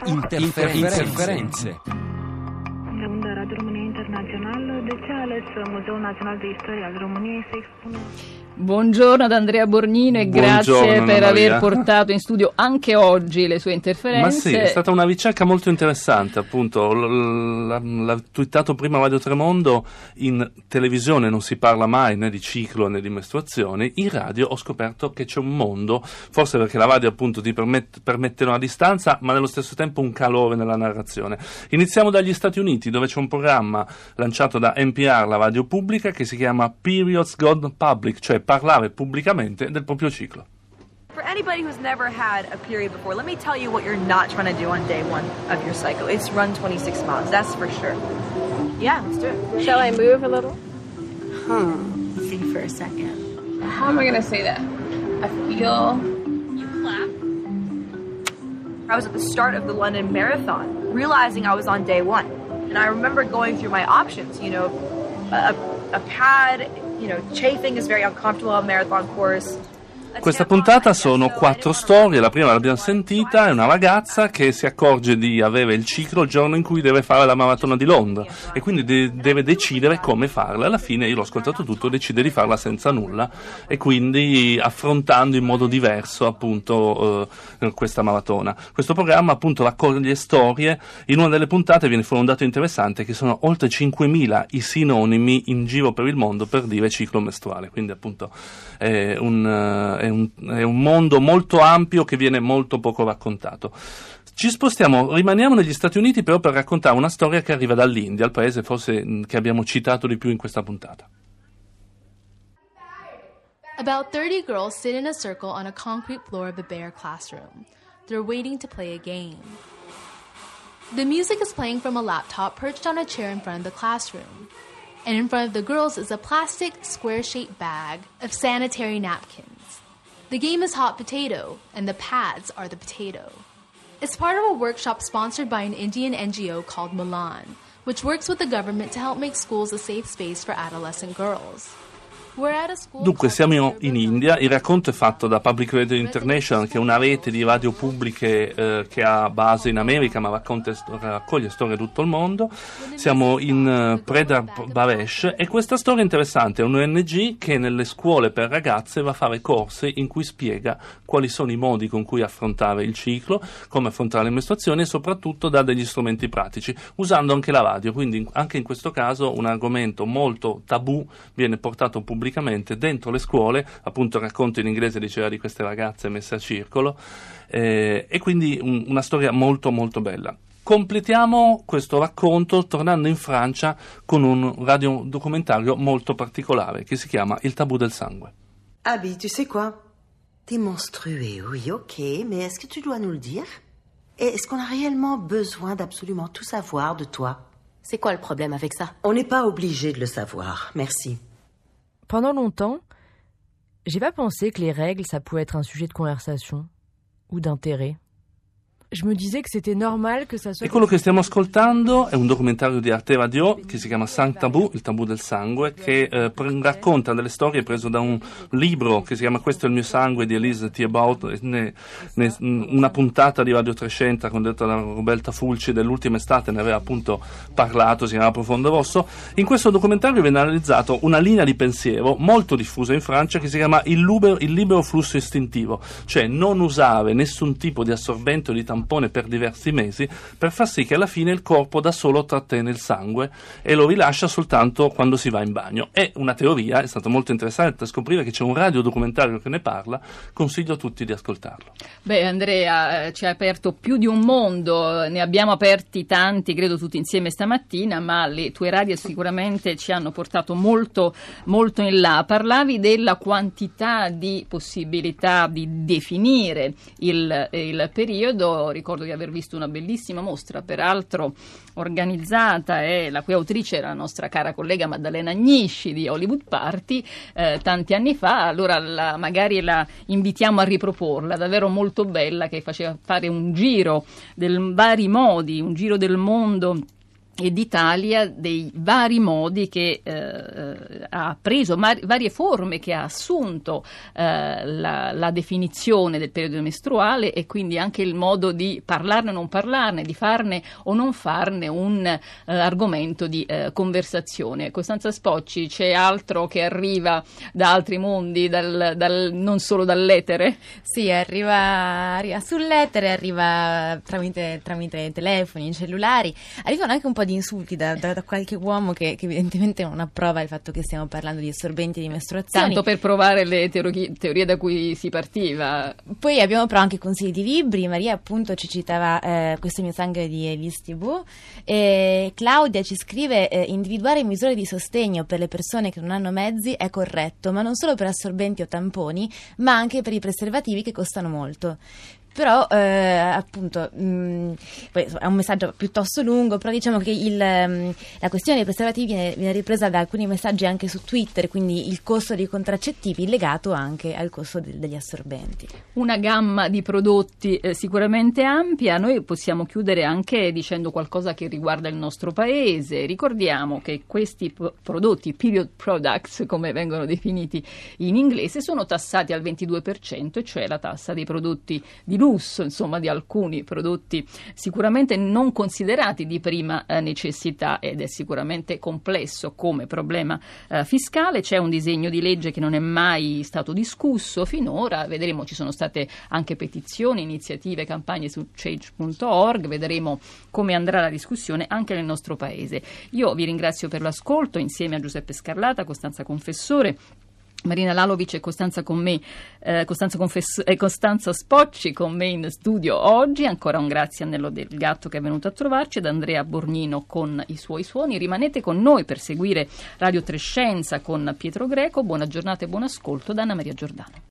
Interferenze. Da Radio România Internațională, de ce a ales Muzeul Național de Istoria al României să expună? Buongiorno ad Andrea Bornino e grazie per aver portato in studio anche oggi le sue interferenze. Ma sì, è stata una ricerca molto interessante, appunto, l'ha twittato prima Radio Tremondo, in televisione non si parla mai né di ciclo né di mestruazioni, in radio ho scoperto che c'è un mondo, forse perché la radio appunto ti permette una distanza ma nello stesso tempo un calore nella narrazione. Iniziamo dagli Stati Uniti, dove c'è un programma lanciato da NPR, la radio pubblica, che si chiama Periods Gone Public, cioè parlare pubblicamente del proprio ciclo. For anybody who's never had a period before, let me tell you what you're not trying to do on day one of your cycle. It's run 26 miles, that's for sure. Yeah, let's do it. Shall I move a little? Think for a second. How am I going to say that? I feel... You clap. I was at the start of the London Marathon, realizing I was on day one. And I remember going through my options, a pad, chafing is very uncomfortable on a marathon course. Questa puntata sono 4 storie, la prima l'abbiamo sentita, è una ragazza che si accorge di avere il ciclo il giorno in cui deve fare la maratona di Londra e quindi deve decidere come farla. Alla fine io l'ho ascoltato tutto, decide di farla senza nulla e quindi affrontando in modo diverso appunto questa maratona. Questo programma appunto raccoglie storie, in una delle puntate viene fuori un dato interessante che sono oltre 5.000 i sinonimi in giro per il mondo per dire ciclo mestruale, quindi appunto è un mondo molto ampio che viene molto poco raccontato. Rimaniamo negli Stati Uniti però per raccontare una storia che arriva dall'India, il paese forse che abbiamo citato di più in questa puntata. About 30 girls sit in a circle on a concrete floor of a bare classroom. They're waiting to play a game. The music is playing from a laptop perched on a chair in front of the classroom. And in front of the girls is a plastic, square-shaped bag of sanitary napkins. The game is Hot Potato, and the pads are the potato. It's part of a workshop sponsored by an Indian NGO called Milan, which works with the government to help make schools a safe space for adolescent girls. Dunque siamo in India, il racconto è fatto da Public Radio International, che è una rete di radio pubbliche che ha base in America ma raccoglie storie da tutto il mondo. Siamo in Pradar Bharesh e questa storia è interessante, è un ONG che nelle scuole per ragazze va a fare corsi in cui spiega quali sono i modi con cui affrontare il ciclo, come affrontare le mestruazioni e soprattutto dà degli strumenti pratici, usando anche la radio, quindi anche in questo caso un argomento molto tabù viene portato pubblicamente dentro le scuole, appunto il racconto in inglese diceva di queste ragazze messe a circolo e quindi una storia molto molto bella. Completiamo questo racconto tornando in Francia con un radiodocumentario molto particolare che si chiama Il tabù del sangue. Abby, tu sais quoi? T'es monstrueux, oui, ok, mais est-ce que tu dois nous le dire? Et est-ce qu'on a réellement besoin d'absolument tout savoir de toi? C'est quoi le problème avec ça? On n'est pas obligé de le savoir, merci. Pendant longtemps, j'ai pas pensé que les règles, ça pouvait être un sujet de conversation ou d'intérêt. Je me disais que c'était normal que ça soit... E quello che stiamo ascoltando è un documentario di Arte Radio che si chiama Sang Tabù, il tabù del sangue, che racconta delle storie preso da un libro che si chiama Questo è il mio sangue di Elise Thibault, una puntata di Radio Trescenta condotta da Roberta Fulci dell'ultima estate ne aveva appunto parlato, si chiama Profondo Rosso. In questo documentario viene analizzato una linea di pensiero molto diffusa in Francia che si chiama il libero flusso istintivo, cioè non usare nessun tipo di assorbente o di tampone per diversi mesi per far sì che alla fine il corpo da solo trattiene il sangue e lo rilascia soltanto quando si va in bagno. È una teoria, è stato molto interessante scoprire che c'è un radiodocumentario che ne parla, consiglio a tutti di ascoltarlo. Beh, Andrea ci ha aperto più di un mondo, ne abbiamo aperti tanti, credo tutti insieme stamattina, ma le tue radio sicuramente ci hanno portato molto, molto in là. Parlavi della quantità di possibilità di definire il periodo. Ricordo di aver visto una bellissima mostra, peraltro organizzata, e la cui autrice era la nostra cara collega Maddalena Agnisci di Hollywood Party tanti anni fa. Allora magari la invitiamo a riproporla, davvero molto bella, che faceva fare un giro vari modi, un giro del mondo e d'Italia, dei vari modi che ha preso, varie forme che ha assunto la definizione del periodo mestruale, e quindi anche il modo di parlarne o non parlarne, di farne o non farne un argomento di conversazione. Costanza Spocci, c'è altro che arriva da altri mondi, non solo dall'etere? Sì, arriva sull'etere, arriva tramite telefoni, cellulari, arrivano anche un po' di insulti da qualche uomo che evidentemente non approva il fatto che stiamo parlando di assorbenti di mestruazioni. Tanto per provare le teorie da cui si partiva. Poi abbiamo però anche consigli di libri. Maria appunto ci citava Questo mio sangue di Elise Thibault, e Claudia ci scrive individuare misure di sostegno per le persone che non hanno mezzi è corretto, ma non solo per assorbenti o tamponi, ma anche per i preservativi che costano molto. Però appunto poi è un messaggio piuttosto lungo, però diciamo che la questione dei preservativi viene ripresa da alcuni messaggi anche su Twitter, quindi il costo dei contraccettivi legato anche al costo degli assorbenti. Una gamma di prodotti sicuramente ampia. Noi possiamo chiudere anche dicendo qualcosa che riguarda il nostro paese. Ricordiamo che questi prodotti, period products come vengono definiti in inglese, sono tassati al 22%, e cioè la tassa dei prodotti di lusso, insomma di alcuni prodotti sicuramente non considerati di prima necessità, ed è sicuramente complesso come problema fiscale. C'è un disegno di legge che non è mai stato discusso finora, vedremo, ci sono state anche petizioni, iniziative, campagne su change.org, vedremo come andrà la discussione anche nel nostro paese. Io vi ringrazio per l'ascolto, insieme a Giuseppe Scarlata, Costanza Confessore, Marina Lalovic e Costanza Spocci con me in studio oggi. Ancora un grazie a Nello Del Gatto che è venuto a trovarci, ed Andrea Borgnino con i suoi suoni. Rimanete con noi per seguire Radio Trescenza con Pietro Greco. Buona giornata e buon ascolto da Anna Maria Giordano.